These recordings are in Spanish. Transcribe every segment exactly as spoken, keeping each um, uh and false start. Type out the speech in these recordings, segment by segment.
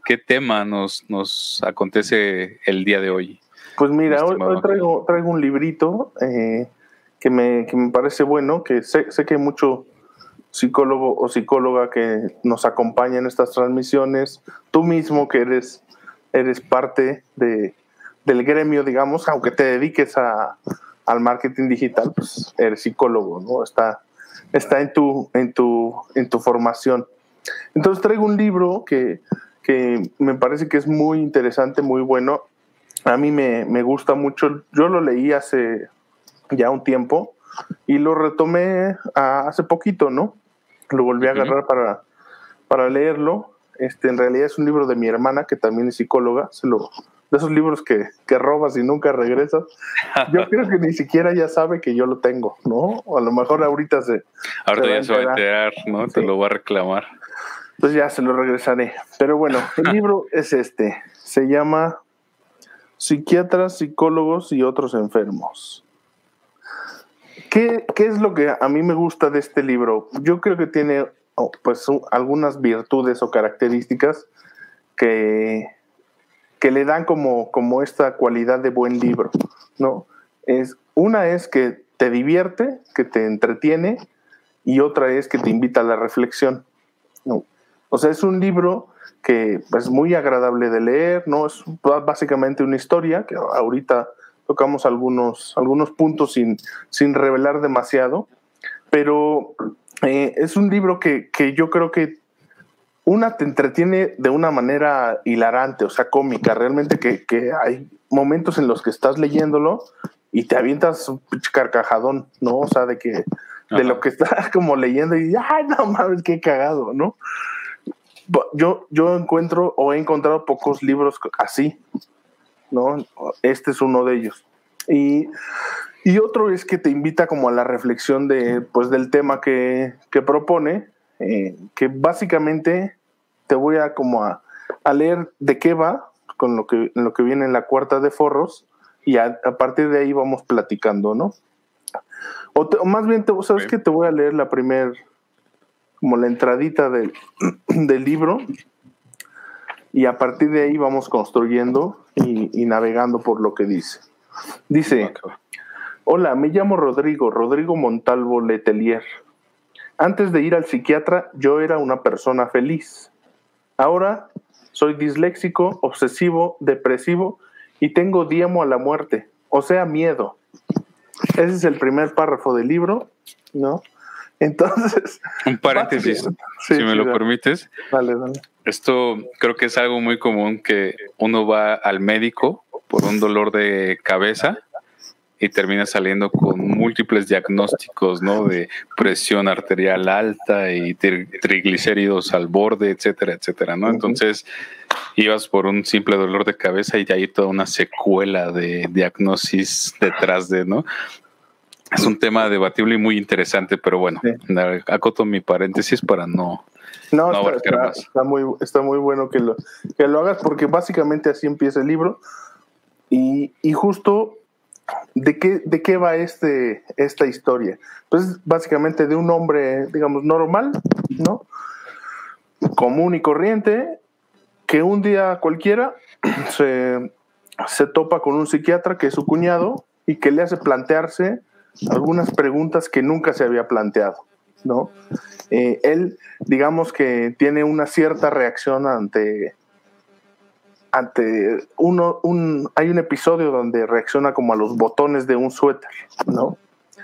qué tema nos, nos acontece el día de hoy? Pues mira, hoy, hoy traigo, traigo un librito eh, que, me, que me parece bueno, que sé, sé que hay mucho psicólogo o psicóloga que nos acompaña en estas transmisiones. Tú mismo que eres, eres parte de, del gremio, digamos, aunque te dediques a, al marketing digital, pues eres psicólogo, ¿no? Está, está en, tu, en, tu, en tu formación. Entonces traigo un libro que, que me parece que es muy interesante, muy bueno. A mí me, me gusta mucho. Yo lo leí hace ya un tiempo y lo retomé a, hace poquito, ¿no? Lo volví a agarrar para, para leerlo. Este, en realidad es un libro de mi hermana, que también es psicóloga. Se lo, de esos libros que, que robas y nunca regresas. Yo creo que ni siquiera ya sabe que yo lo tengo, ¿no? O a lo mejor ahorita se... Ahorita se ya se va a enterar, ¿no? Sí. Te lo va a reclamar. Pues ya se lo regresaré. Pero bueno, el libro es este. Se llama Psiquiatras, Psicólogos y Otros Enfermos. ¿Qué, ¿Qué es lo que a mí me gusta de este libro? Yo creo que tiene oh, pues algunas virtudes o características que, que le dan como, como esta cualidad de buen libro, ¿no? Es, una es que te divierte, que te entretiene, y otra es que te invita a la reflexión, ¿no? O sea, es un libro que es pues, muy agradable de leer, ¿no? Es básicamente una historia, que ahorita tocamos algunos, algunos puntos sin, sin revelar demasiado, pero eh, es un libro que, que yo creo que una te entretiene de una manera hilarante, o sea, cómica, realmente que, que hay momentos en los que estás leyéndolo y te avientas un carcajadón, ¿no? O sea, de que de lo que estás como leyendo y ¡ay, no mames, qué cagado!, ¿no? Yo, yo encuentro o he encontrado pocos libros así, ¿no? Este es uno de ellos. Y, y otro es que te invita como a la reflexión de, pues, del tema que, que propone, eh, que básicamente te voy a como a, a leer de qué va, con lo que, lo que viene en la cuarta de forros, y a, a partir de ahí vamos platicando, ¿no? O, te, o más bien, te, ¿sabes qué? Te voy a leer la primer, como la entradita del, del libro, y a partir de ahí vamos construyendo y, y navegando por lo que dice. Dice: hola, me llamo Rodrigo, Rodrigo Montalvo Letelier. Antes de ir al psiquiatra, yo era una persona feliz. Ahora soy disléxico, obsesivo, depresivo y tengo diemo a la muerte, o sea, miedo. Ese es el primer párrafo del libro, ¿no? Entonces... Un paréntesis, sí, si me sí, lo dale. permites. Dale, dale. Esto creo que es algo muy común, que uno va al médico por un dolor de cabeza y termina saliendo con múltiples diagnósticos, ¿no? De presión arterial alta y tri- triglicéridos al borde, etcétera, etcétera, ¿no? Entonces ibas por un simple dolor de cabeza y hay toda una secuela de diagnosis detrás de, ¿no? Es un tema debatible y muy interesante, pero bueno, sí. Acoto mi paréntesis para no, no, no está, está, más. Está muy, está muy bueno que lo, que lo hagas, porque básicamente así empieza el libro. Y, y justo, ¿de qué, de qué va este, esta historia? Pues básicamente de un hombre, digamos, normal, ¿no? Común y corriente, que un día cualquiera se, se topa con un psiquiatra que es su cuñado y que le hace plantearse algunas preguntas que nunca se había planteado, ¿no? Eh, él, digamos que tiene una cierta reacción ante, ante uno, un, hay un episodio donde reacciona como a los botones de un suéter, ¿no?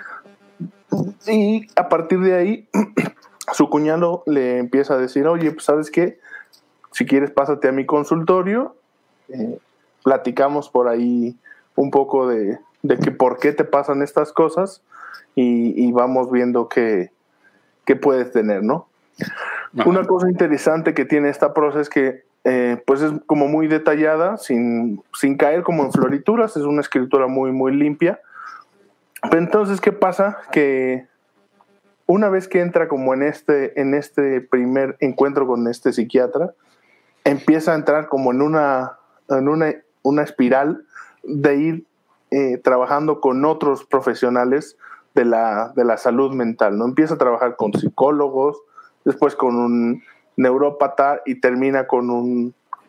Y a partir de ahí, su cuñado le empieza a decir: oye, pues, ¿sabes qué? Si quieres, pásate a mi consultorio, eh, platicamos por ahí un poco de, de que por qué te pasan estas cosas y, y vamos viendo qué, qué puedes tener, ¿no? Ajá. Una cosa interesante que tiene esta prosa es que eh, pues es como muy detallada, sin, sin caer como en florituras, es una escritura muy, muy limpia. Pero entonces, ¿qué pasa? Que una vez que entra como en este, en este primer encuentro con este psiquiatra, empieza a entrar como en una, en una, una espiral de ir eh, trabajando con otros profesionales de la, de la salud mental, ¿no? Empieza a trabajar con psicólogos, después con un neurópata y termina con un,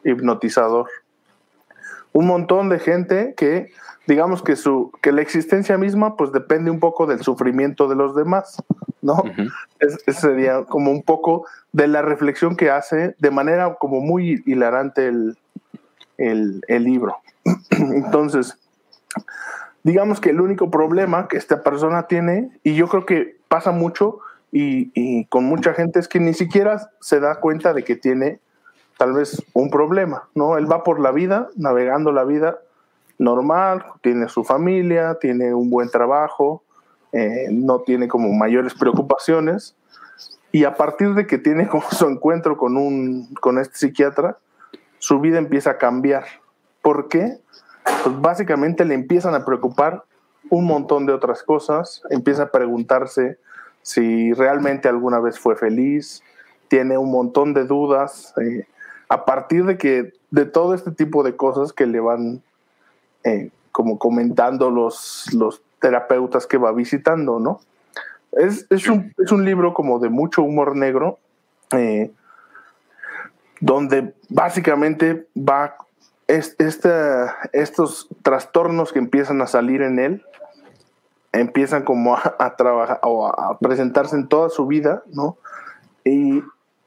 hipnotizador. Un montón de gente que, digamos que su que la existencia misma pues depende un poco del sufrimiento de los demás, ¿no? Uh-huh. Es, es sería como un poco de la reflexión que hace de manera como muy hilarante el, el, el libro. Entonces, digamos que el único problema que esta persona tiene, y yo creo que pasa mucho y, y con mucha gente, es que ni siquiera se da cuenta de que tiene tal vez un problema, ¿no? Él va por la vida, navegando la vida normal, tiene su familia, tiene un buen trabajo, eh, no tiene como mayores preocupaciones, y a partir de que tiene como su encuentro con, un, con este psiquiatra, su vida empieza a cambiar. ¿Por qué? Pues básicamente le empiezan a preocupar un montón de otras cosas, empieza a preguntarse si realmente alguna vez fue feliz, tiene un montón de dudas, eh, a partir de que de todo este tipo de cosas que le van eh, como comentando los, los terapeutas que va visitando, ¿no? Es, es, un, es un libro como de mucho humor negro, eh, donde básicamente va es, esta, estos trastornos que empiezan a salir en él, empiezan como a, a trabajar o a presentarse en toda su vida, ¿no? Y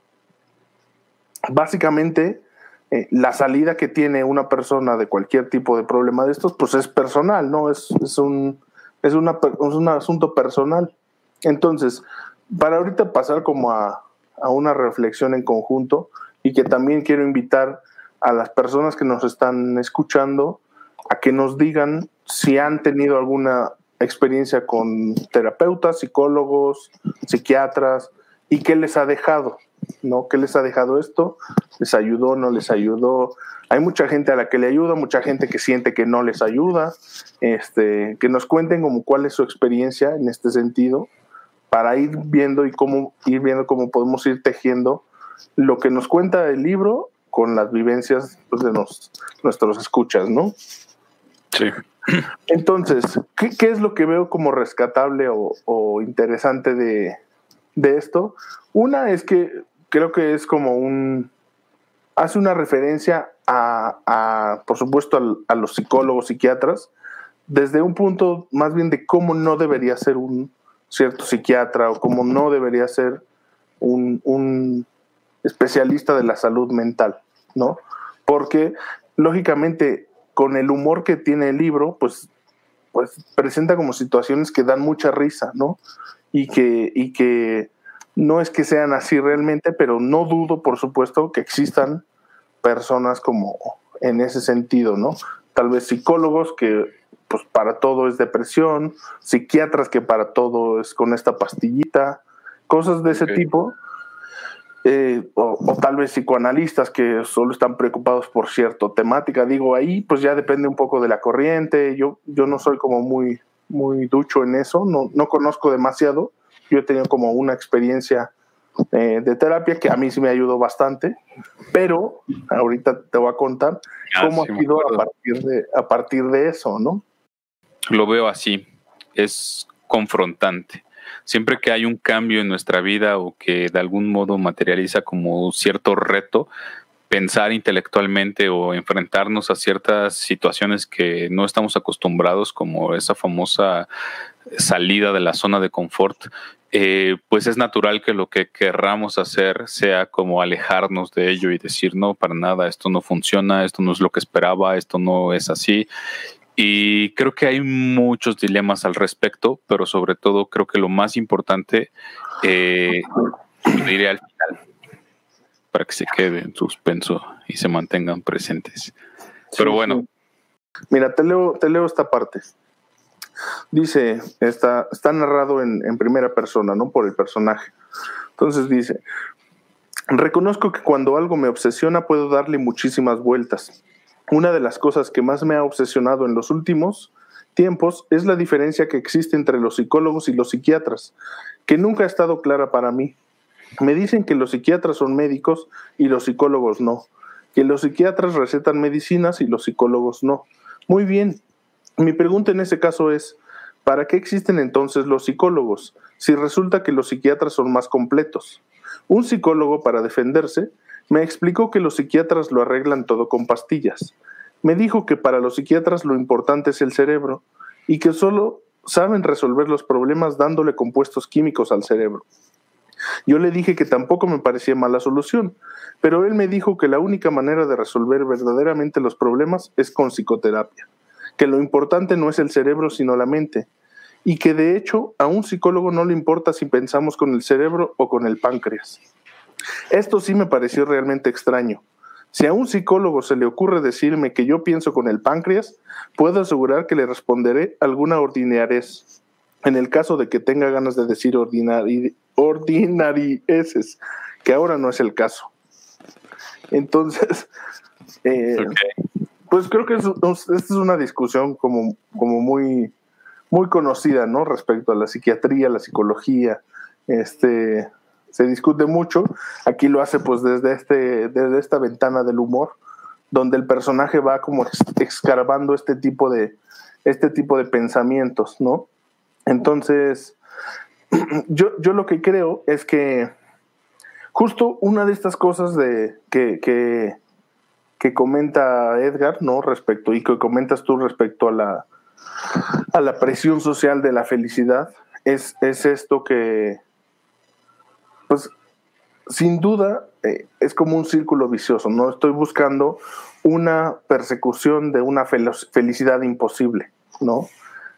básicamente eh, la salida que tiene una persona de cualquier tipo de problema de estos, pues es personal, ¿no? Es, es, un, es, una, es un asunto personal. Entonces, para ahorita pasar como a, a una reflexión en conjunto, y que también quiero invitar a las personas que nos están escuchando a que nos digan si han tenido alguna experiencia con terapeutas, psicólogos, psiquiatras, y qué les ha dejado, ¿no? ¿Qué les ha dejado esto? ¿Les ayudó, no les ayudó? Hay mucha gente a la que le ayuda, mucha gente que siente que no les ayuda. Este, que nos cuenten como cuál es su experiencia en este sentido, para ir viendo y cómo ir viendo cómo podemos ir tejiendo lo que nos cuenta el libro con las vivencias, pues, de nos, nuestros escuchas, ¿no? Sí. Entonces, ¿qué, qué es lo que veo como rescatable o, o interesante de, de esto? Una es que creo que es como un... hace una referencia a, a por supuesto, a, a los psicólogos, psiquiatras, desde un punto más bien de cómo no debería ser un cierto psiquiatra o cómo no debería ser un, un especialista de la salud mental, ¿no? Porque, lógicamente, con el humor que tiene el libro, pues, pues presenta como situaciones que dan mucha risa, ¿no? Y que, y que no es que sean así realmente, pero no dudo, por supuesto, que existan personas como en ese sentido, ¿no? Tal vez psicólogos que pues para todo es depresión, psiquiatras que para todo es con esta pastillita, cosas de ese okay. tipo, eh, o, o tal vez psicoanalistas que solo están preocupados por cierta temática. Digo, ahí pues ya depende un poco de la corriente. Yo, yo no soy como muy, muy ducho en eso, no, no conozco demasiado. Yo he tenido como una experiencia eh, de terapia que a mí sí me ayudó bastante, pero ahorita te voy a contar ah, cómo sí ha sido a partir, de, a partir de eso, ¿no? Lo veo así, es confrontante. Siempre que hay un cambio en nuestra vida o que de algún modo materializa como cierto reto, pensar intelectualmente o enfrentarnos a ciertas situaciones que no estamos acostumbrados, como esa famosa salida de la zona de confort, eh, pues es natural que lo que querramos hacer sea como alejarnos de ello y decir, no, para nada, esto no funciona, esto no es lo que esperaba, esto no es así. Y creo que hay muchos dilemas al respecto, pero sobre todo creo que lo más importante, eh, lo diré al final, para que se quede en suspenso y se mantengan presentes. Pero sí, bueno. Sí. Mira, te leo, te leo esta parte. Dice, está, está narrado en, en primera persona, ¿no? Por el personaje. Entonces dice, reconozco que cuando algo me obsesiona puedo darle muchísimas vueltas. Una de las cosas que más me ha obsesionado en los últimos tiempos es la diferencia que existe entre los psicólogos y los psiquiatras, que nunca ha estado clara para mí. Me dicen que los psiquiatras son médicos y los psicólogos no, que los psiquiatras recetan medicinas y los psicólogos no. Muy bien, mi pregunta en ese caso es, ¿para qué existen entonces los psicólogos, si resulta que los psiquiatras son más completos? Un psicólogo, para defenderse, Me explicó que los psiquiatras lo arreglan todo con pastillas. Me dijo que para los psiquiatras lo importante es el cerebro y que solo saben resolver los problemas dándole compuestos químicos al cerebro. Yo le dije que tampoco me parecía mala solución, pero él me dijo que la única manera de resolver verdaderamente los problemas es con psicoterapia, que lo importante no es el cerebro sino la mente, y que de hecho a un psicólogo no le importa si pensamos con el cerebro o con el páncreas. Esto sí me pareció realmente extraño. Si a un psicólogo se le ocurre decirme que yo pienso con el páncreas, puedo asegurar que le responderé alguna ordinariez, en el caso de que tenga ganas de decir ordinari, ordinarieces, que ahora no es el caso. Entonces, eh, okay. pues creo que es, esta es una discusión como, como muy, muy conocida, ¿no? Respecto a la psiquiatría, la psicología, este... se discute mucho. Aquí lo hace pues desde este desde esta ventana del humor, donde el personaje va como escarbando este tipo de este tipo de pensamientos, ¿no? Entonces, yo, yo lo que creo es que justo una de estas cosas de que, que, que comenta Edgar, ¿no? Respecto, y que comentas tú respecto a la a la presión social de la felicidad, es, es esto que pues sin duda eh, es como un círculo vicioso, ¿no? Estoy buscando una persecución de una fel- felicidad imposible, ¿no?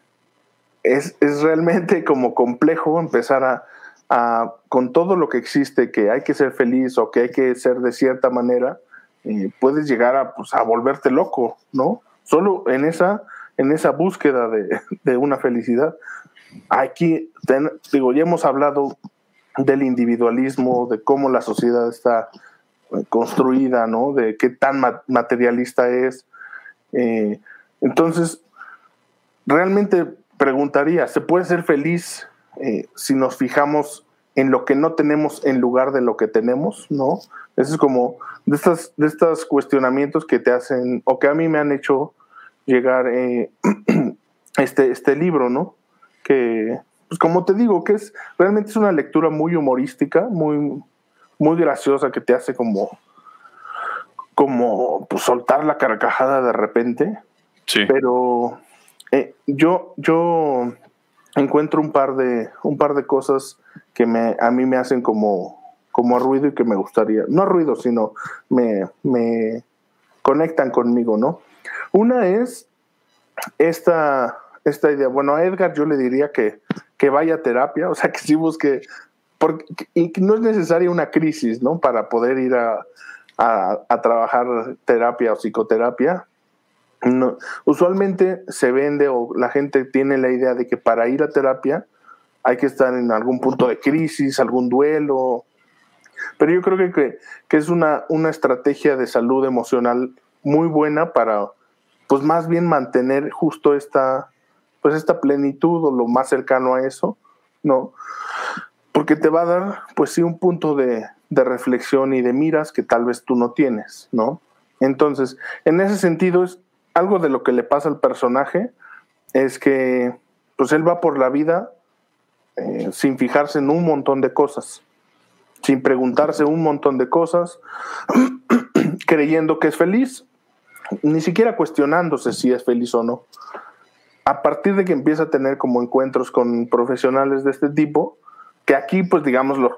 Es, es realmente como complejo empezar a, a, con todo lo que existe, que hay que ser feliz o que hay que ser de cierta manera, eh, puedes llegar a, pues, a volverte loco, ¿no? Solo en esa, en esa búsqueda de, de una felicidad. Aquí, ten, digo, ya hemos hablado del individualismo, de cómo la sociedad está construida, ¿no? De qué tan materialista es. Eh, entonces, realmente preguntaría, ¿se puede ser feliz eh, si nos fijamos en lo que no tenemos en lugar de lo que tenemos, ¿no? Eso es como de estas, de estos cuestionamientos que te hacen, o que a mí me han hecho llegar eh, este, este libro, ¿no? Que pues como te digo, que es realmente es una lectura muy humorística, muy, muy graciosa, que te hace como, como pues, soltar la carcajada de repente. Sí. Pero eh, yo, yo encuentro un par de, un par de cosas que me, a mí me hacen como, como ruido y que me gustaría, no ruido, sino me, me conectan conmigo, ¿no? Una es esta, esta idea, bueno, a Edgar yo le diría que que vaya a terapia, o sea, que sí busque, porque, y no es necesaria una crisis, ¿no? Para poder ir a, a, a trabajar terapia o psicoterapia. No, usualmente se vende o la gente tiene la idea de que para ir a terapia hay que estar en algún punto de crisis, algún duelo, pero yo creo que, que, que es una, una estrategia de salud emocional muy buena para, pues más bien mantener justo esta... pues esta plenitud o lo más cercano a eso, ¿no? Porque te va a dar, pues sí, un punto de, de reflexión y de miras que tal vez tú no tienes, ¿no? Entonces, en ese sentido, es algo de lo que le pasa al personaje, es que, pues él va por la vida eh, sin fijarse en un montón de cosas, sin preguntarse un montón de cosas, creyendo que es feliz, ni siquiera cuestionándose si es feliz o no. A partir de que empieza a tener como encuentros con profesionales de este tipo, que aquí, pues digamos, los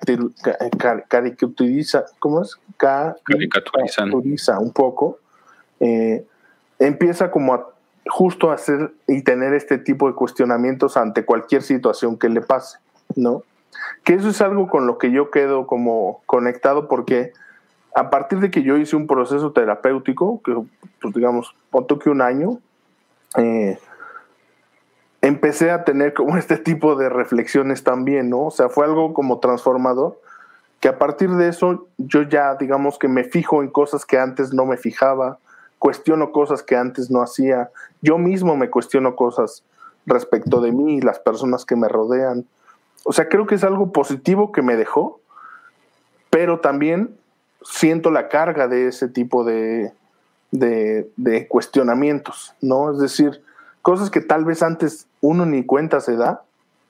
caricaturiza, ¿cómo es? Caricaturizan. Caricaturiza un poco, eh, empieza como a justo a hacer y tener este tipo de cuestionamientos ante cualquier situación que le pase, ¿no? Que eso es algo con lo que yo quedo como conectado, porque a partir de que yo hice un proceso terapéutico, que pues digamos, ponto que un año, eh, empecé a tener como este tipo de reflexiones también, ¿no? O sea, fue algo como transformador, que a partir de eso yo ya, digamos que me fijo en cosas que antes no me fijaba, cuestiono cosas que antes no hacía, yo mismo me cuestiono cosas respecto de mí y las personas que me rodean. O sea, creo que es algo positivo que me dejó, pero también siento la carga de ese tipo de, de, de cuestionamientos, ¿no? Es decir, cosas que tal vez antes uno ni cuenta se da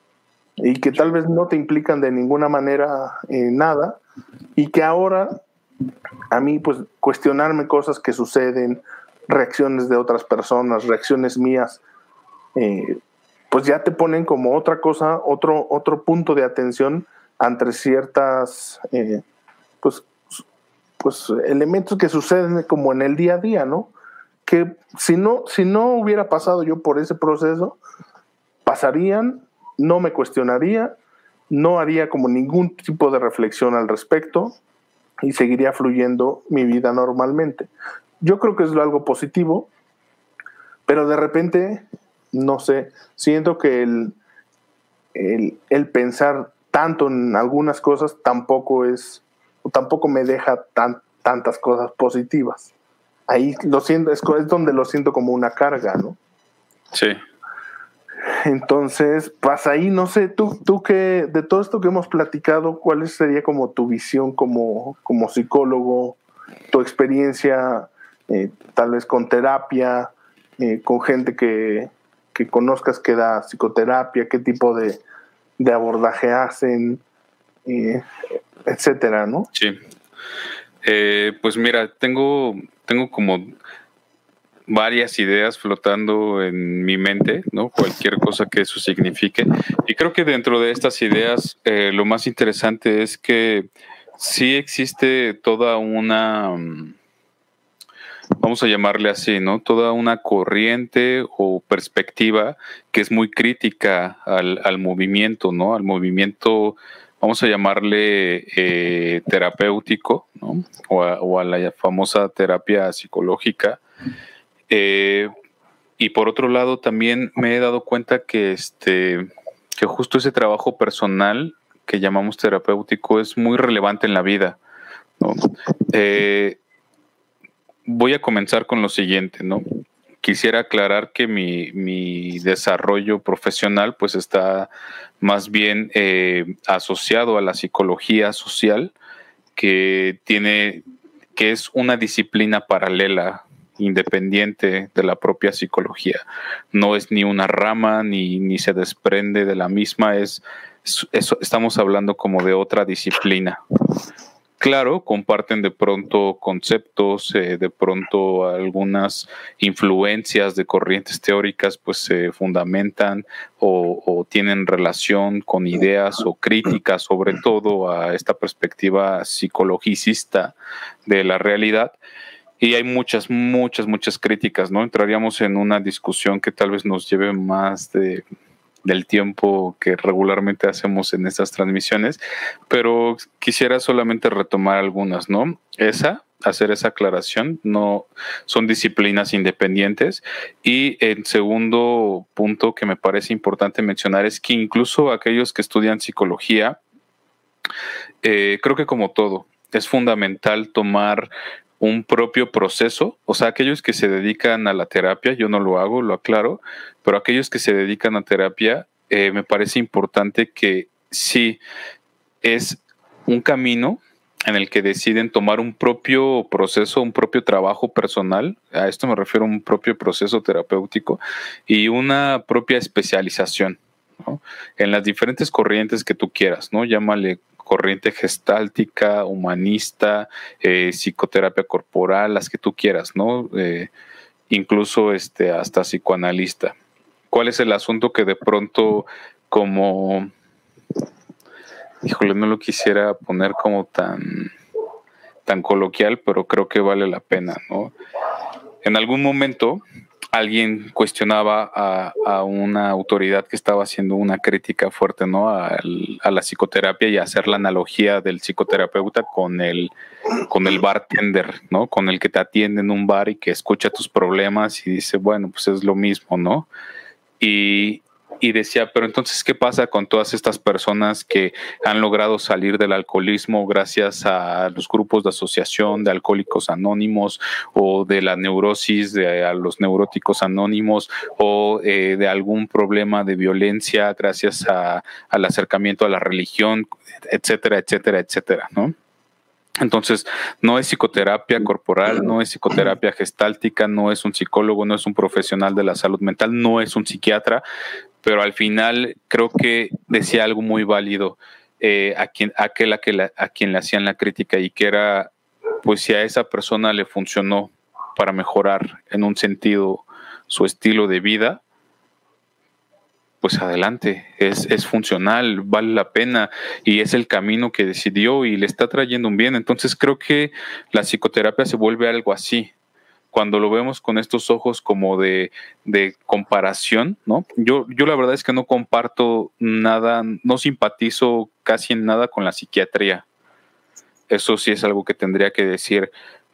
y que tal vez no te implican de ninguna manera eh, nada, y que ahora a mí pues cuestionarme cosas que suceden, reacciones de otras personas, reacciones mías, eh, pues ya te ponen como otra cosa, otro, otro punto de atención ante ciertas eh, pues, pues elementos que suceden como en el día a día, ¿no? Que si no, si no hubiera pasado yo por ese proceso, pasarían, no me cuestionaría, no haría como ningún tipo de reflexión al respecto y seguiría fluyendo mi vida normalmente. Yo creo que es algo positivo, pero de repente, no sé, siento que el, el, el pensar tanto en algunas cosas tampoco es, tampoco me deja tan, tantas cosas positivas. Ahí lo siento, es, es donde lo siento como una carga, ¿no? Sí. Entonces, pues ahí no sé, tú, tú que, de todo esto que hemos platicado, ¿cuál sería como tu visión como, como psicólogo, tu experiencia, eh, tal vez con terapia, eh, con gente que, que conozcas que da psicoterapia, qué tipo de, de abordaje hacen, eh, etcétera, ¿no? Sí. Eh, pues mira, tengo, tengo como varias ideas flotando en mi mente, ¿no? Cualquier cosa que eso signifique. Y creo que dentro de estas ideas, eh, lo más interesante es que sí existe toda una, vamos a llamarle así, ¿no? Toda una corriente o perspectiva que es muy crítica al, al movimiento, ¿no? Al movimiento, vamos a llamarle eh, terapéutico, ¿no? O a, o a la famosa terapia psicológica. Eh, y por otro lado, también me he dado cuenta que, este, que justo ese trabajo personal que llamamos terapéutico es muy relevante en la vida, ¿no? Eh, voy a comenzar con lo siguiente, ¿no? Quisiera aclarar que mi, mi desarrollo profesional pues está más bien eh, asociado a la psicología social, que tiene, que es una disciplina paralela, independiente de la propia psicología. No es ni una rama ni, ni se desprende de la misma, es, es, estamos hablando como de otra disciplina. Claro, comparten de pronto conceptos, eh, de pronto algunas influencias de corrientes teóricas pues se fundamentan o, o tienen relación con ideas o críticas sobre todo a esta perspectiva psicologicista de la realidad. Y hay muchas, muchas, muchas críticas, ¿no? Entraríamos en una discusión que tal vez nos lleve más de, del tiempo que regularmente hacemos en estas transmisiones, pero quisiera solamente retomar algunas, ¿no? Esa, hacer esa aclaración, no son disciplinas independientes. Y el segundo punto que me parece importante mencionar es que incluso aquellos que estudian psicología, eh, creo que como todo, es fundamental tomar un propio proceso, o sea, aquellos que se dedican a la terapia, yo no lo hago, lo aclaro, pero aquellos que se dedican a terapia, eh, me parece importante que sí es un camino en el que deciden tomar un propio proceso, un propio trabajo personal, a esto me refiero a un propio proceso terapéutico y una propia especialización, ¿no? En las diferentes corrientes que tú quieras, ¿no? Llámale corriente gestáltica, humanista, eh, psicoterapia corporal, las que tú quieras, ¿no? Eh, incluso este, hasta psicoanalista. ¿Cuál es el asunto que de pronto como, híjole, no lo quisiera poner como tan, tan coloquial, pero creo que vale la pena, ¿no? En algún momento alguien cuestionaba a, a una autoridad que estaba haciendo una crítica fuerte, ¿no? A, a la psicoterapia y a hacer la analogía del psicoterapeuta con el, con el bartender, ¿no? Con el que te atiende en un bar y que escucha tus problemas y dice, bueno, pues es lo mismo, ¿no? Y, y decía, pero entonces, ¿qué pasa con todas estas personas que han logrado salir del alcoholismo gracias a los grupos de asociación de alcohólicos anónimos o de la neurosis de a los neuróticos anónimos o eh, de algún problema de violencia gracias a, al acercamiento a la religión, etcétera, etcétera, etcétera, ¿no? Entonces, no es psicoterapia corporal, no es psicoterapia gestáltica, no es un psicólogo, no es un profesional de la salud mental, no es un psiquiatra, pero al final creo que decía algo muy válido eh, a, quien, a aquel a, que la, a quien le hacían la crítica y que era pues si a esa persona le funcionó para mejorar en un sentido su estilo de vida, pues adelante, es, es funcional, vale la pena y es el camino que decidió y le está trayendo un bien. Entonces creo que la psicoterapia se vuelve algo así. Cuando lo vemos con estos ojos como de, de comparación, ¿no? Yo, yo la verdad es que no comparto nada, no simpatizo casi en nada con la psiquiatría. Eso sí es algo que tendría que decir.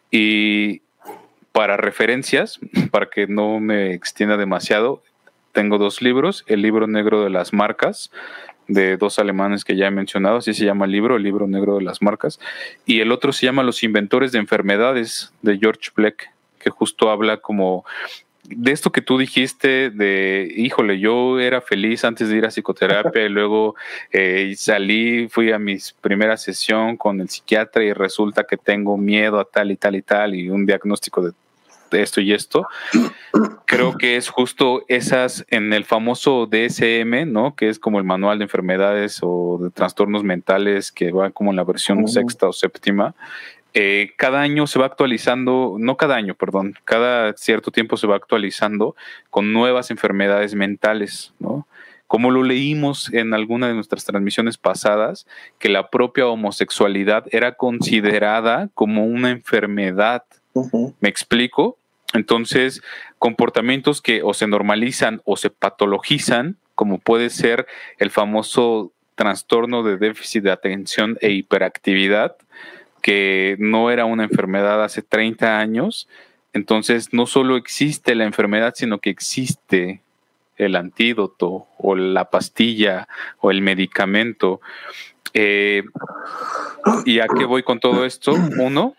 Y para referencias, para que no me extienda demasiado, tengo dos libros, el libro negro de las marcas, de dos alemanes que ya he mencionado, así se llama el libro, el libro negro de las marcas, y el otro se llama Los inventores de enfermedades, de George Black, que justo habla como de esto que tú dijiste de, híjole, yo era feliz antes de ir a psicoterapia y luego eh, salí, fui a mi primera sesión con el psiquiatra y resulta que tengo miedo a tal y tal y tal y un diagnóstico de, de esto y esto. Creo que es justo esas en el famoso D S M, ¿no? Que es como el manual de enfermedades o de trastornos mentales que va como en la versión uh-huh. sexta o séptima. Eh, cada año se va actualizando, no cada año, perdón, cada cierto tiempo se va actualizando con nuevas enfermedades mentales, ¿no? Como lo leímos en alguna de nuestras transmisiones pasadas, que la propia homosexualidad era considerada como una enfermedad. Uh-huh. ¿Me explico? Entonces, comportamientos que o se normalizan o se patologizan, como puede ser el famoso trastorno de déficit de atención e hiperactividad, que no era una enfermedad hace treinta años. Entonces, no solo existe la enfermedad, sino que existe el antídoto o la pastilla o el medicamento. Eh, ¿Y a qué voy con todo esto? Uno,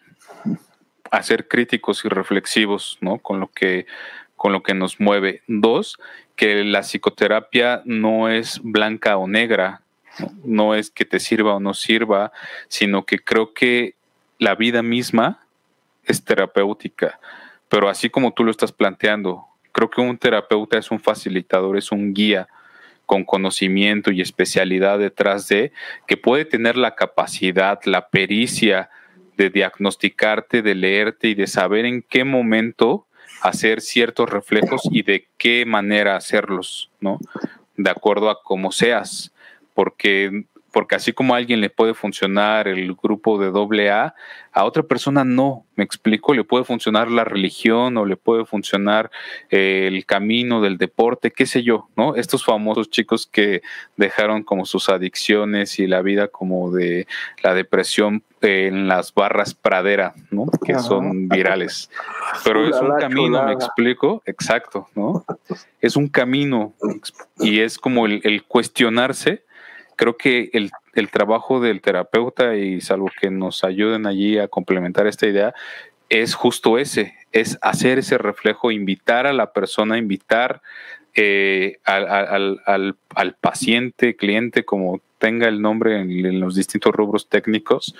a ser críticos y reflexivos, ¿no? Con lo que, con lo que nos mueve. Dos, que la psicoterapia no es blanca o negra, ¿no? No es que te sirva o no sirva, sino que creo que la vida misma es terapéutica. Pero así como tú lo estás planteando, creo que un terapeuta es un facilitador, es un guía con conocimiento y especialidad detrás de, que puede tener la capacidad, la pericia de diagnosticarte, de leerte y de saber en qué momento hacer ciertos reflejos y de qué manera hacerlos, ¿no? De acuerdo a cómo seas, porque, porque así como a alguien le puede funcionar el grupo de doble A, a otra persona no, me explico, le puede funcionar la religión o le puede funcionar eh, el camino del deporte, qué sé yo, ¿no? Estos famosos chicos que dejaron como sus adicciones y la vida como de la depresión eh, en las barras pradera, ¿no? Que son virales. Pero es un camino, me explico, exacto, ¿no? Es un camino y es como el, el cuestionarse. Creo que el, el trabajo del terapeuta, y salvo que nos ayuden allí a complementar esta idea, es justo ese, es hacer ese reflejo, invitar a la persona, invitar eh, al, al, al, al paciente, cliente, como tenga el nombre en, en los distintos rubros técnicos,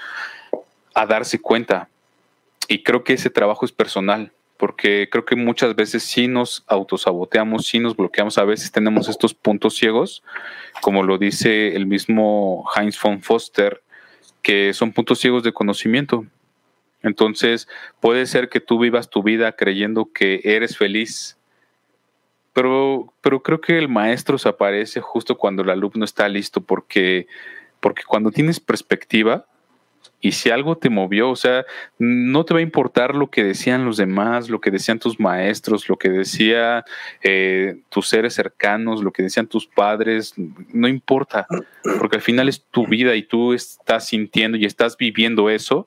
a darse cuenta. Y creo que ese trabajo es personal, porque creo que muchas veces sí nos autosaboteamos, sí nos bloqueamos, a veces tenemos estos puntos ciegos, como lo dice el mismo Heinz von Foster, que son puntos ciegos de conocimiento. Entonces, puede ser que tú vivas tu vida creyendo que eres feliz, pero, pero creo que el maestro se aparece justo cuando el alumno está listo, porque, porque cuando tienes perspectiva, y si algo te movió, o sea, no te va a importar lo que decían los demás, lo que decían tus maestros, lo que decían eh, tus seres cercanos, lo que decían tus padres, no importa, porque al final es tu vida y tú estás sintiendo y estás viviendo eso,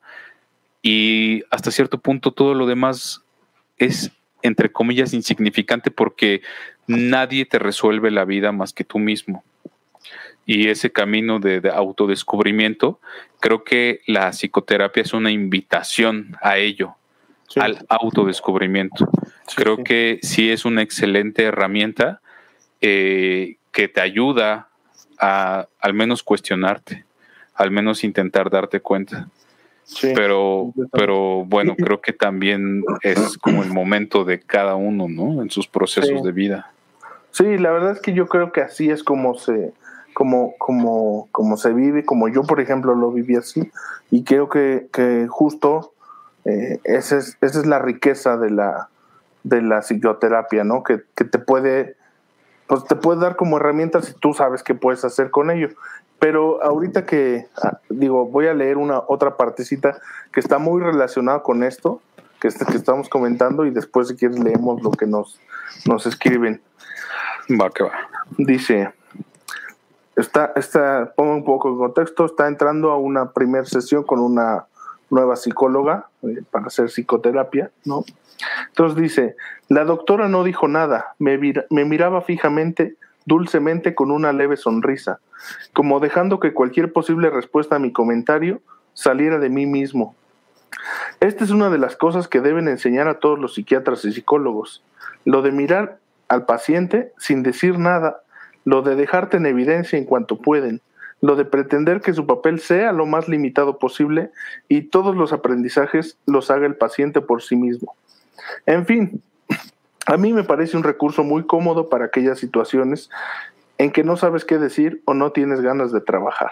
y hasta cierto punto todo lo demás es, entre comillas, insignificante, porque nadie te resuelve la vida más que tú mismo. Y ese camino de, de autodescubrimiento, creo que la psicoterapia es una invitación a ello, sí, al autodescubrimiento. Sí, creo sí. que sí es una excelente herramienta eh, que te ayuda a al menos cuestionarte, al menos intentar darte cuenta. Sí, pero, pero bueno, creo que también es como el momento de cada uno, ¿no? En sus procesos sí. de vida. Sí, la verdad es que yo creo que así es como se... Como, como, como se vive, como yo, por ejemplo, lo viví así, y creo que, que justo Eh, esa, es, esa es la riqueza de la, de la psicoterapia, ¿no? Que, que te puede, pues te puede dar como herramientas y tú sabes qué puedes hacer con ello. Pero ahorita que, digo, voy a leer una otra partecita que está muy relacionada con esto, que, este, que estamos comentando, y después si quieres leemos lo que nos, nos escriben. Va, que va. Dice, está, está, pongo un poco de contexto, está entrando a una primera sesión con una nueva psicóloga eh, para hacer psicoterapia, ¿no? Entonces dice, la doctora no dijo nada, me, vir, me miraba fijamente, dulcemente, con una leve sonrisa, como dejando que cualquier posible respuesta a mi comentario saliera de mí mismo. Esta es una de las cosas que deben enseñar a todos los psiquiatras y psicólogos, lo de mirar al paciente sin decir nada, lo de dejarte en evidencia en cuanto pueden, lo de pretender que su papel sea lo más limitado posible y todos los aprendizajes los haga el paciente por sí mismo. En fin, a mí me parece un recurso muy cómodo para aquellas situaciones en que no sabes qué decir o no tienes ganas de trabajar.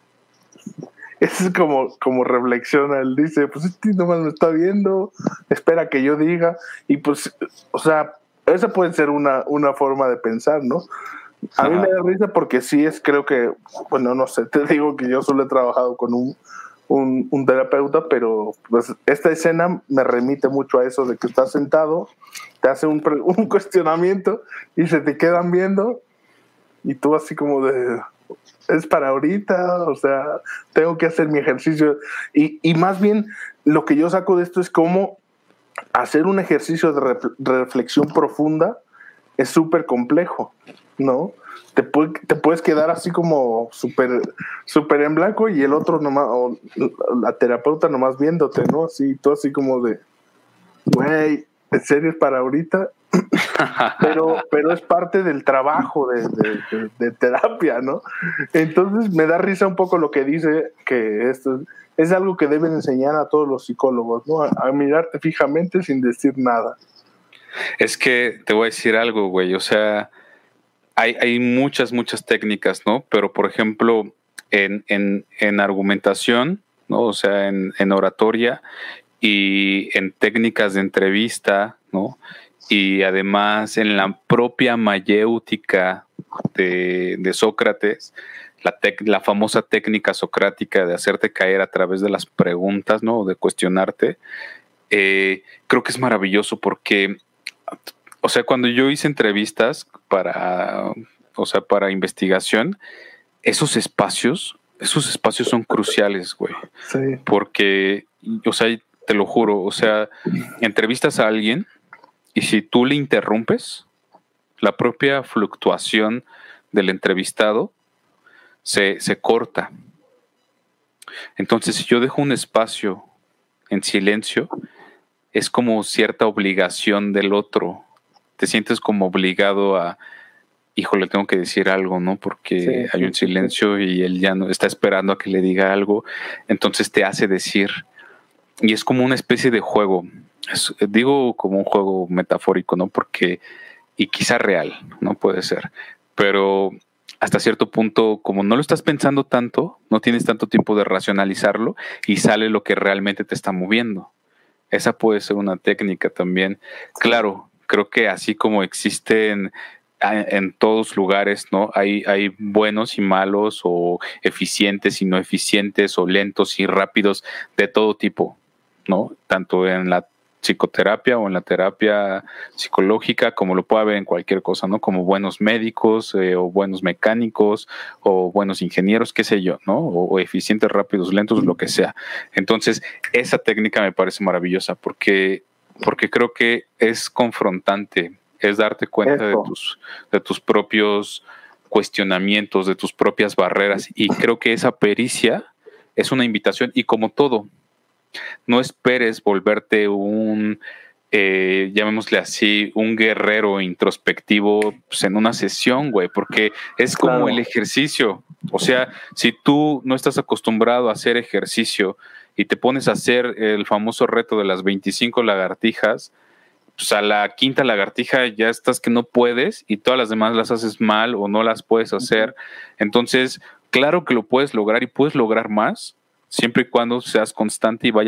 Eso es como, como reflexiona, él dice, pues este nomás me está viendo, espera que yo diga, y pues, o sea, esa puede ser una, una forma de pensar, ¿no? A mí me da risa porque sí es, creo que, bueno, no sé, te digo que yo solo he trabajado con un, un, un terapeuta, pero pues esta escena me remite mucho a eso de que estás sentado, te hace un, un cuestionamiento y se te quedan viendo y tú así como de, es para ahorita, o sea, tengo que hacer mi ejercicio. Y, y más bien lo que yo saco de esto es cómo hacer un ejercicio de re, reflexión profunda es súper complejo, ¿no? Te, puede, te puedes quedar así como súper súper en blanco y el otro nomás, o la terapeuta nomás viéndote, ¿no? Así, todo así como de, güey, ¿en serio es para ahorita? pero, pero es parte del trabajo de, de, de, de terapia, ¿no? Entonces me da risa un poco lo que dice, que esto es algo que deben enseñar a todos los psicólogos, ¿no? A, a mirarte fijamente sin decir nada. Es que te voy a decir algo, güey, o sea, hay, hay muchas, muchas técnicas, ¿no? Pero, por ejemplo, en, en, en argumentación, ¿no? O sea, en, en oratoria y en técnicas de entrevista, ¿no? Y además en la propia mayéutica de, de Sócrates, la, tec, la famosa técnica socrática de hacerte caer a través de las preguntas, ¿no? De cuestionarte, eh, creo que es maravilloso porque, o sea, cuando yo hice entrevistas para, o sea, para investigación, esos espacios, esos espacios son cruciales, güey. Sí. Porque, o sea, te lo juro, o sea, entrevistas a alguien y si tú le interrumpes, la propia fluctuación del entrevistado se, se corta. Entonces, si yo dejo un espacio en silencio, es como cierta obligación del otro. Te sientes como obligado a, híjole, tengo que decir algo, ¿no? Porque sí, hay un silencio sí, sí. y él ya no está esperando a que le diga algo. Entonces te hace decir. Y es como una especie de juego. Es, digo como un juego metafórico, ¿no? Porque, y quizá real, ¿no? Puede ser. Pero hasta cierto punto, como no lo estás pensando tanto, no tienes tanto tiempo de racionalizarlo y sale lo que realmente te está moviendo. Esa puede ser una técnica también. Claro, creo que así como existen en todos lugares, ¿no? Hay, hay buenos y malos, o eficientes y no eficientes, o lentos y rápidos, de todo tipo, ¿no? Tanto en la psicoterapia o en la terapia psicológica, como lo puede haber en cualquier cosa, ¿no? Como buenos médicos, eh, o buenos mecánicos, o buenos ingenieros, qué sé yo, ¿no? O, o eficientes, rápidos, lentos, lo que sea. Entonces, esa técnica me parece maravillosa porque, porque creo que es confrontante, es darte cuenta de tus, de tus propios cuestionamientos, de tus propias barreras, y creo que esa pericia es una invitación, y como todo, no esperes volverte un, eh, llamémosle así, un guerrero introspectivo pues, en una sesión, güey, porque es como claro. El ejercicio. O sea, si tú no estás acostumbrado a hacer ejercicio y te pones a hacer el famoso reto de las veinticinco lagartijas, pues a la quinta lagartija ya estás que no puedes y todas las demás las haces mal o no las puedes hacer. Entonces, claro que lo puedes lograr y puedes lograr más, siempre y cuando seas constante y vayas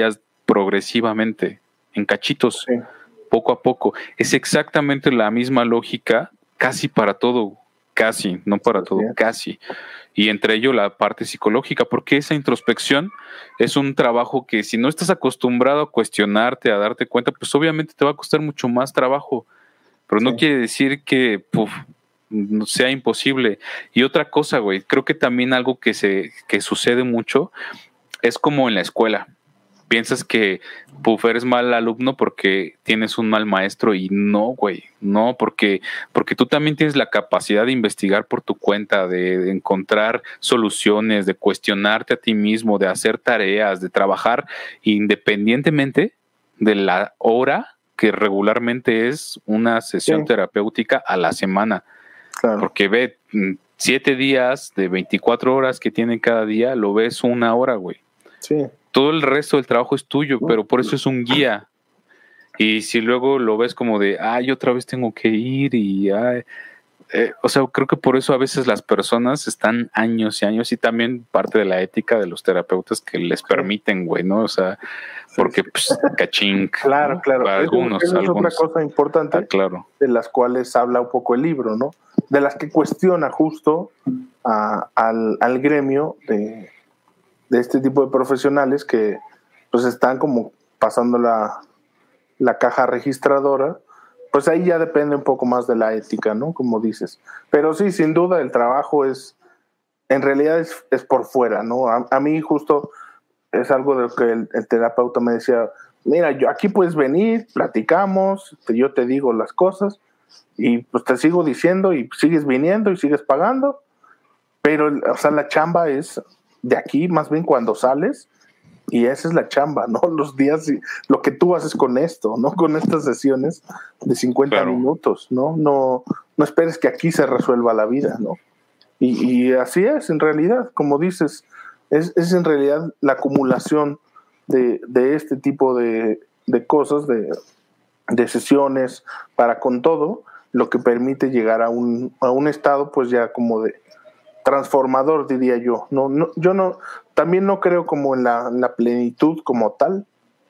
progresivamente, en cachitos, Sí. poco a poco. Es exactamente la misma lógica casi para todo, casi, no para Así todo, es. casi. Y entre ello la parte psicológica, porque esa introspección es un trabajo que si no estás acostumbrado a cuestionarte, a darte cuenta, pues obviamente te va a costar mucho más trabajo, pero no Sí. quiere decir que puf, no sea imposible. Y otra cosa, güey, creo que también algo que se que sucede mucho es como en la escuela. Piensas que puf, eres mal alumno porque tienes un mal maestro y no, güey, no, porque, porque tú también tienes la capacidad de investigar por tu cuenta, de, de encontrar soluciones, de cuestionarte a ti mismo, de hacer tareas, de trabajar independientemente de la hora que regularmente es una sesión Sí. terapéutica a la semana. Claro. Porque ve, mm, siete días de veinticuatro horas que tienen cada día, lo ves una hora, güey. Sí. Todo el resto del trabajo es tuyo, pero por eso es un guía. Y si luego lo ves como de, ay, otra vez tengo que ir y, ay, eh, o sea, creo que por eso a veces las personas están años y años y también parte de la ética de los terapeutas que les permiten, güey, ¿no? O sea, porque, Sí, pues, cachín. Claro, ¿no? claro. Para Eso, algunos, eso es algunos. otra cosa importante, Ah, claro. de las cuales habla un poco el libro, ¿no? De las que cuestiona justo a, al, al gremio de, de este tipo de profesionales que pues están como pasando la, la caja registradora, pues ahí ya depende un poco más de la ética, ¿no? Como dices. Pero sí, sin duda el trabajo es, en realidad es, es por fuera, ¿no? A, a mí justo es algo de lo que el, el terapeuta me decía, mira, yo aquí puedes venir, platicamos, te, yo te digo las cosas y pues te sigo diciendo y sigues viniendo y sigues pagando, pero o sea, la chamba es de aquí, más bien cuando sales, y esa es la chamba, ¿no? Los días, lo que tú haces con esto, ¿no? Con estas sesiones de cincuenta Claro. minutos, ¿no? No, no esperes que aquí se resuelva la vida, ¿no? Y, y así es, en realidad, como dices, es, es en realidad la acumulación de, de este tipo de, de cosas, de, de sesiones para con todo, lo que permite llegar a un, a un estado pues ya como de transformador, diría yo. No, no, yo no, también no creo como en la, en la plenitud como tal.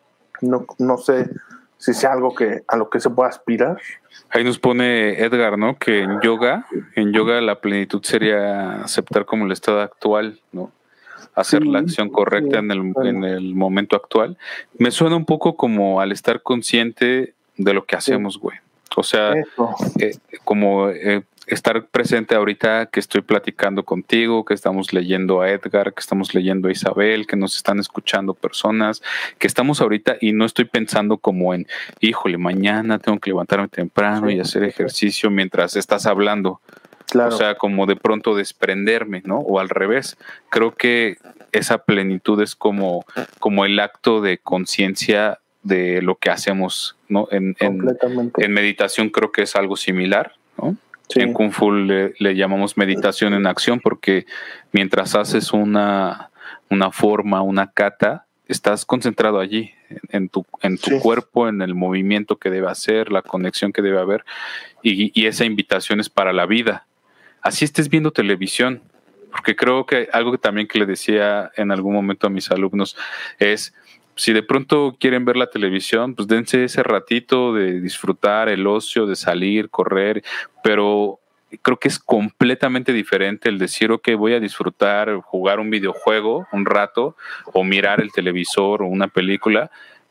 No, no sé si sea algo que a lo que se pueda aspirar. Ahí nos pone Edgar, ¿no? Que en yoga, en yoga la plenitud sería aceptar como el estado actual, ¿no? Hacer Sí, la acción correcta sí, en el, bueno, en el momento actual. Me suena un poco como al estar consciente de lo que sí, hacemos, güey. O sea, eso, eh, como eh, estar presente ahorita que estoy platicando contigo, que estamos leyendo a Edgar, que estamos leyendo a Isabel, que nos están escuchando personas, que estamos ahorita y no estoy pensando como en, híjole, mañana tengo que levantarme temprano sí, y hacer ejercicio mientras estás hablando. claro. O sea, como de pronto desprenderme, ¿no? O al revés. Creo que esa plenitud es como, como el acto de conciencia de lo que hacemos, ¿no? En, en, Completamente. en meditación creo que es algo similar, ¿no? Sí. En Kung Fu le, le llamamos meditación en acción porque mientras haces una, una forma, una kata, estás concentrado allí, en, en tu, en tu Sí. cuerpo, en el movimiento que debe hacer, la conexión que debe haber, y, y esa invitación es para la vida. Así estés viendo televisión, porque creo que algo que también que le decía en algún momento a mis alumnos es, si de pronto quieren ver la televisión, pues dense ese ratito de disfrutar el ocio, de salir, correr, pero creo que es completamente diferente el decir, ok, voy a disfrutar, jugar un videojuego un rato, o mirar el televisor o una película,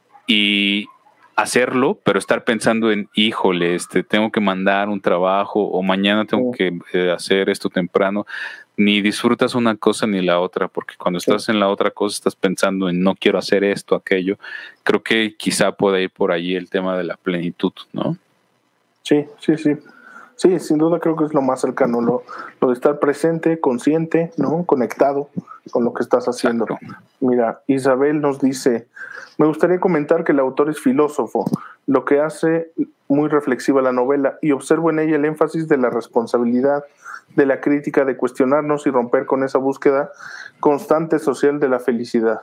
y hacerlo, pero estar pensando en, híjole, este, tengo que mandar un trabajo o mañana tengo Sí. que eh, hacer esto temprano. Ni disfrutas una cosa ni la otra, porque cuando Sí. estás en la otra cosa estás pensando en no quiero hacer esto, aquello. Creo que quizá pueda ir por ahí el tema de la plenitud, ¿no? Sí, sí, sí. Sí, sin duda creo que es lo más cercano, lo, lo de estar presente, consciente, ¿no? Conectado con lo que estás haciendo. Exacto. Mira, Isabel nos dice, me gustaría comentar que el autor es filósofo, lo que hace muy reflexiva la novela, y observo en ella el énfasis de la responsabilidad, de la crítica, de cuestionarnos y romper con esa búsqueda constante social de la felicidad.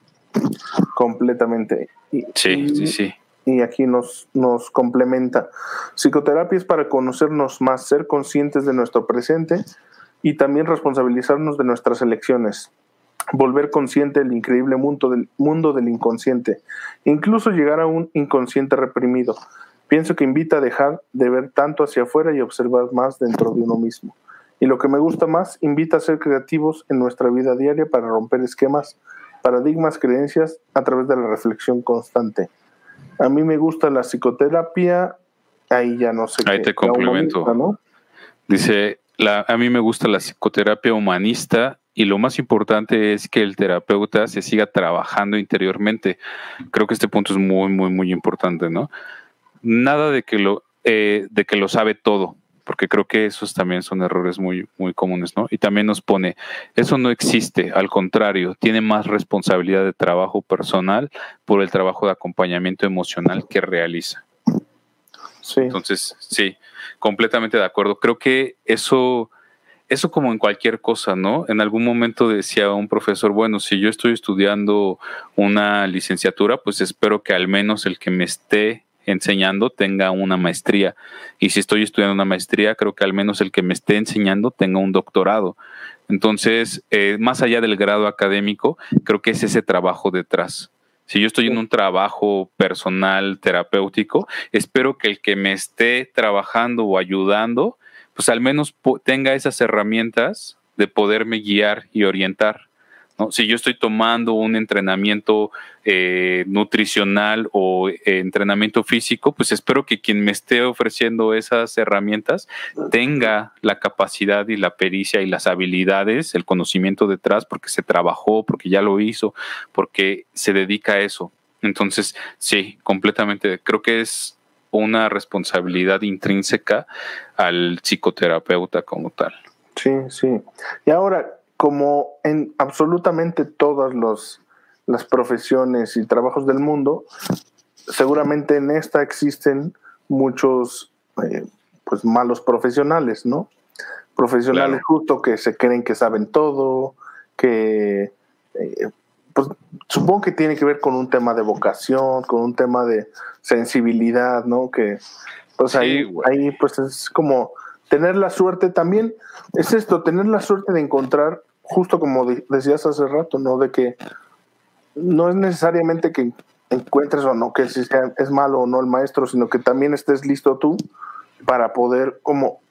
Completamente. Y, Sí, y, sí, sí. Y aquí nos, nos complementa. Psicoterapia es para conocernos más, ser conscientes de nuestro presente y también responsabilizarnos de nuestras elecciones. volver consciente del increíble mundo del, mundo del inconsciente, incluso llegar a un inconsciente reprimido. Pienso que invita a dejar de ver tanto hacia afuera y observar más dentro de uno mismo. Y lo que me gusta más, invita a ser creativos en nuestra vida diaria para romper esquemas, paradigmas, creencias a través de la reflexión constante. A mí me gusta la psicoterapia, ahí ya no sé ahí qué. te complemento. Humanista, ¿no? Dice, la, a mí me gusta la psicoterapia humanista y lo más importante es que el terapeuta se siga trabajando interiormente. Creo que este punto es muy, muy, muy importante, ¿no? Nada de que lo, eh, de que lo sabe todo, porque creo que esos también son errores muy, muy comunes, ¿no? Y también nos pone, eso no existe, al contrario, tiene más responsabilidad de trabajo personal por el trabajo de acompañamiento emocional que realiza. Sí. Entonces, sí, completamente de acuerdo. Creo que eso, eso como en cualquier cosa, ¿no? En algún momento decía un profesor, bueno, si yo estoy estudiando una licenciatura, pues espero que al menos el que me esté enseñando tenga una maestría. Y si estoy estudiando una maestría, creo que al menos el que me esté enseñando tenga un doctorado. Entonces, eh, más allá del grado académico, creo que es ese trabajo detrás. Si yo estoy en un trabajo personal, terapéutico, espero que el que me esté trabajando o ayudando, pues al menos po- tenga esas herramientas de poderme guiar y orientar, ¿no? Si yo estoy tomando un entrenamiento eh, nutricional o eh, entrenamiento físico, pues espero que quien me esté ofreciendo esas herramientas tenga la capacidad y la pericia y las habilidades, el conocimiento detrás, porque se trabajó, porque ya lo hizo, porque se dedica a eso. Entonces, sí, completamente. Creo que es una responsabilidad intrínseca al psicoterapeuta como tal. Sí, sí. Y ahora, como en absolutamente todas los, las profesiones y trabajos del mundo, seguramente en esta existen muchos eh, pues malos profesionales, ¿no? Profesionales Claro. justo que se creen que saben todo, que eh, pues supongo que tiene que ver con un tema de vocación, con un tema de sensibilidad, ¿no? Que pues Sí, ahí, güey. ahí pues es como tener la suerte también, es esto, tener la suerte de encontrar, justo como de, decías hace rato, ¿no? De que no es necesariamente que encuentres o no que si sea, es malo o no el maestro, sino que también estés listo tú para poder como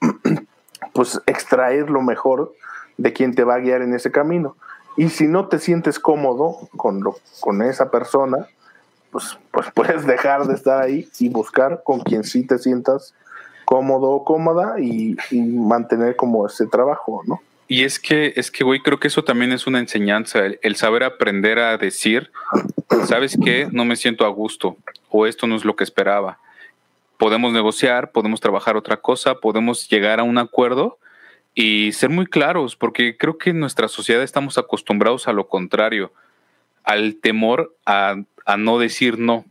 pues extraer lo mejor de quien te va a guiar en ese camino. Y si no te sientes cómodo con, lo, con esa persona, pues, pues puedes dejar de estar ahí y buscar con quien sí te sientas cómodo o cómoda y, y mantener como ese trabajo, ¿no? Y es que, es que, güey, creo que eso también es una enseñanza, el, el saber aprender a decir, ¿sabes qué? No me siento a gusto, o esto no es lo que esperaba. Podemos negociar, podemos trabajar otra cosa, podemos llegar a un acuerdo y ser muy claros, porque creo que en nuestra sociedad estamos acostumbrados a lo contrario, al temor a, a no decir no.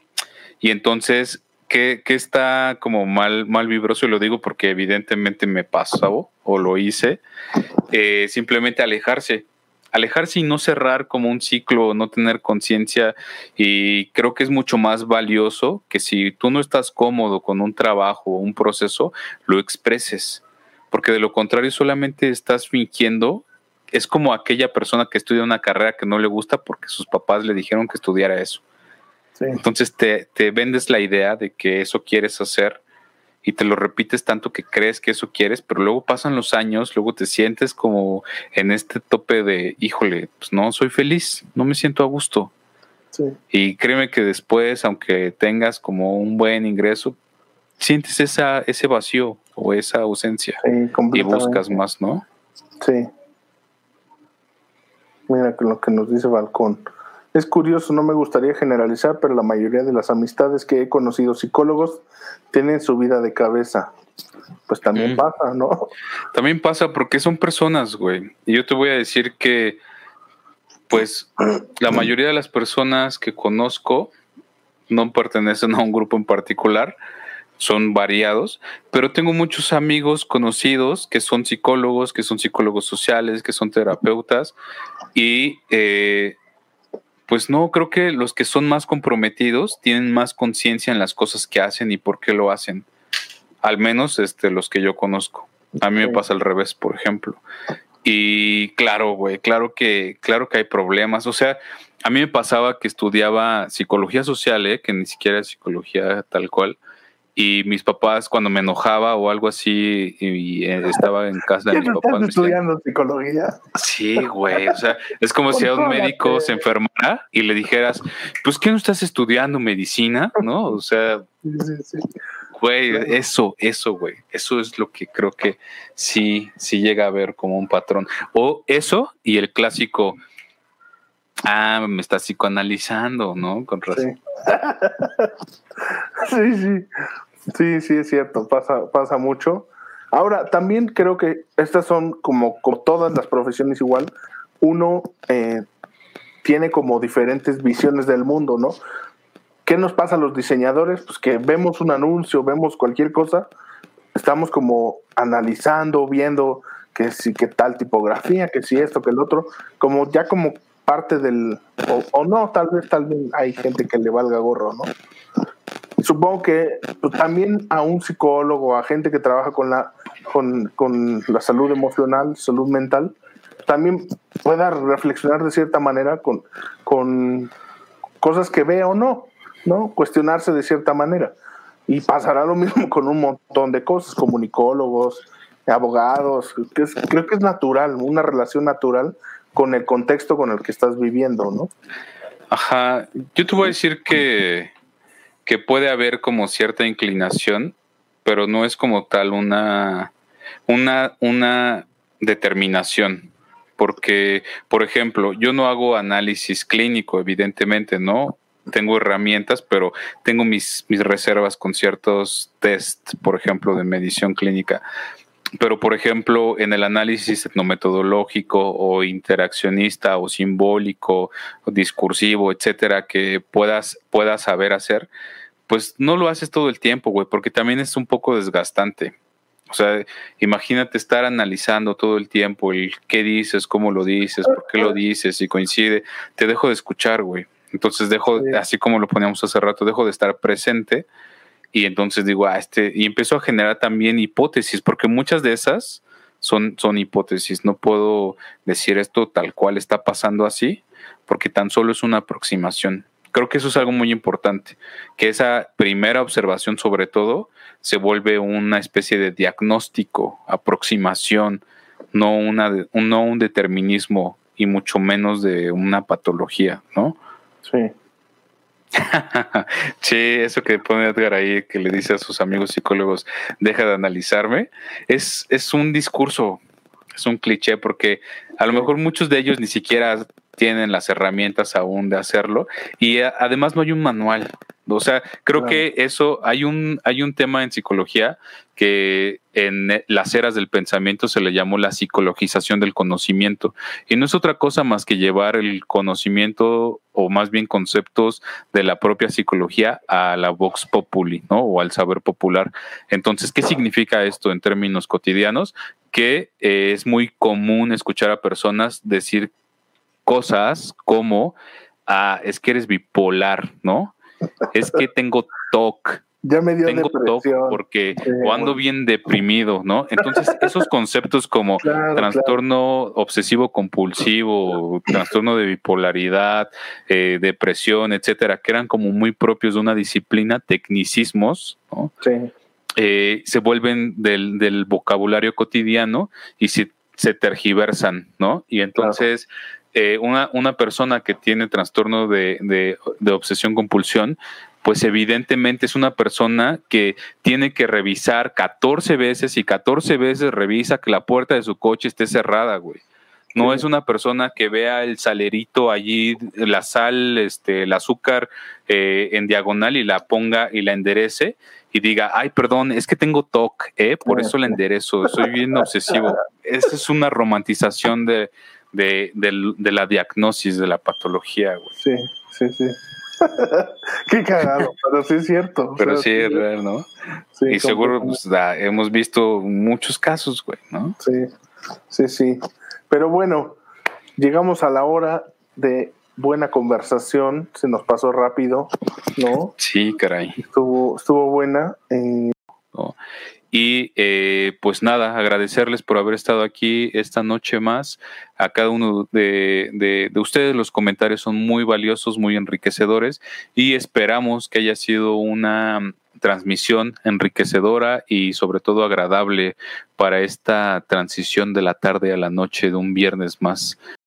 Y entonces, ¿qué, qué está como mal, mal vibroso? Y lo digo porque evidentemente me pasó o lo hice. Eh, simplemente alejarse. Alejarse y no cerrar como un ciclo, no tener conciencia. Y creo que es mucho más valioso que si tú no estás cómodo con un trabajo o un proceso, lo expreses. Porque de lo contrario solamente estás fingiendo. Es como aquella persona que estudia una carrera que no le gusta porque sus papás le dijeron que estudiara eso. Sí. Entonces te, te vendes la idea de que eso quieres hacer y te lo repites tanto que crees que eso quieres, pero luego pasan los años, luego te sientes como en este tope de, híjole, pues no soy feliz, no me siento a gusto. Sí. Y créeme que después, aunque tengas como un buen ingreso, sientes esa, ese vacío o esa ausencia Sí, y buscas completamente. más, ¿no? Sí. Mira lo que nos dice Balcón. Es curioso, no me gustaría generalizar, pero la mayoría de las amistades que he conocido psicólogos tienen su vida de cabeza. Pues también Mm. pasa, ¿no? También pasa porque son personas, güey. Y yo te voy a decir que, pues, la mayoría de las personas que conozco no pertenecen a un grupo en particular, son variados, pero tengo muchos amigos conocidos que son psicólogos, que son psicólogos sociales, que son terapeutas y eh, pues no, creo que los que son más comprometidos tienen más conciencia en las cosas que hacen y por qué lo hacen, al menos este, los que yo conozco. A mí me Sí. pasa al revés, por ejemplo. Y claro, güey, claro que, claro que hay problemas. O sea, a mí me pasaba que estudiaba psicología social, ¿eh? Que ni siquiera es psicología tal cual. Y mis papás, cuando me enojaba o algo así, y, y estaba en casa de ¿Qué mis no estás papás, me decían, estudiando psicología? sí, güey, o sea, es como si a un Contrólate. médico se enfermara y le dijeras, pues, ¿qué no estás estudiando medicina? ¿No? O sea, Sí, sí, sí. güey, Claro. eso, eso, güey, eso es lo que creo que sí, sí llega a ver como un patrón. O eso y el clásico, ah, me estás psicoanalizando, ¿no? Con razón. Sí. sí, sí. Sí, sí, es cierto, pasa, pasa mucho. Ahora, también creo que estas son como, como todas las profesiones igual, uno eh, tiene como diferentes visiones del mundo, ¿no? ¿Qué nos pasa a los diseñadores? Pues que vemos un anuncio, vemos cualquier cosa, estamos como analizando, viendo que si qué tal tipografía, que si esto, que el otro, como ya como parte del, o, o no, tal vez, tal vez hay gente que le valga gorro, ¿no? Supongo que pues, también a un psicólogo, a gente que trabaja con la, con, con la salud emocional, salud mental, también pueda reflexionar de cierta manera con, con cosas que vea o no, ¿no? Cuestionarse de cierta manera. Y pasará lo mismo con un montón de cosas, comunicólogos, abogados, que es, creo que es natural, una relación natural con el contexto con el que estás viviendo, ¿no? Ajá, yo te voy a decir que, que puede haber como cierta inclinación, pero no es como tal una, una, una determinación. Porque, por ejemplo, yo no hago análisis clínico, evidentemente, ¿no? Tengo herramientas, pero tengo mis, mis reservas con ciertos test, por ejemplo, de medición clínica. Pero, por ejemplo, en el análisis etnometodológico o interaccionista o simbólico o discursivo, etcétera, que puedas, puedas saber hacer, pues no lo haces todo el tiempo, güey, porque también es un poco desgastante. O sea, imagínate estar analizando todo el tiempo el qué dices, cómo lo dices, por qué lo dices, si coincide. Te dejo de escuchar, güey. Entonces dejo, Sí. así como lo poníamos hace rato, dejo de estar presente y entonces digo, ah, este, y empiezo a generar también hipótesis, porque muchas de esas son, son hipótesis. No puedo decir esto tal cual está pasando así, porque tan solo es una aproximación. Creo que eso es algo muy importante, que esa primera observación sobre todo se vuelve una especie de diagnóstico, aproximación, no, una, no un determinismo y mucho menos de una patología, ¿no? Sí. Sí, eso que pone Edgar ahí, que le dice a sus amigos psicólogos, deja de analizarme, es, es un discurso, es un cliché, porque a lo mejor muchos de ellos ni siquiera tienen las herramientas aún de hacerlo, y a, además no hay un manual. O sea, creo Claro. que eso, hay un, hay un tema en psicología que en las eras del pensamiento se le llamó la psicologización del conocimiento, y no es otra cosa más que llevar el conocimiento, o más bien conceptos de la propia psicología, a la vox populi, ¿no? O al saber popular. Entonces, ¿qué significa esto en términos cotidianos? Que eh, es muy común escuchar a personas decir cosas como, ah, es que eres bipolar, ¿no? Es que tengo T O C. Ya me dio Tengo T O C depresión. porque Sí, o ando bueno. bien deprimido, ¿no? Entonces, esos conceptos como Claro, trastorno obsesivo compulsivo, trastorno de bipolaridad, eh, depresión, etcétera, que eran como muy propios de una disciplina, tecnicismos, ¿no? Sí. Eh, se vuelven del, del vocabulario cotidiano y se, se tergiversan, ¿no? Y entonces eh, una, una persona que tiene trastorno de, de, de obsesión compulsión, pues evidentemente es una persona que tiene que revisar catorce veces y catorce veces revisa que la puerta de su coche esté cerrada, güey. No Sí. es una persona que vea el salerito allí, la sal, este, el azúcar eh, en diagonal y la ponga y la enderece y diga, ay, perdón, es que tengo T O C, ¿eh? Por eso la enderezo, soy bien obsesivo. Esa es una romantización de, de, de, de la diagnosis de la patología, güey. Sí, sí, sí. Qué cagado, pero sí es cierto. Pero o sea, sí es real, ¿no? Sí, Y seguro pues, da, hemos visto muchos casos, güey, ¿no? Sí, sí, sí. Pero bueno, llegamos a la hora de buena conversación. Se nos pasó rápido, ¿no? Sí, caray. Estuvo, estuvo buena. Eh, ¿No? Y eh, pues nada, agradecerles por haber estado aquí esta noche más. A cada uno de, de, de ustedes los comentarios son muy valiosos, muy enriquecedores y esperamos que haya sido una transmisión enriquecedora y sobre todo agradable para esta transición de la tarde a la noche de un viernes más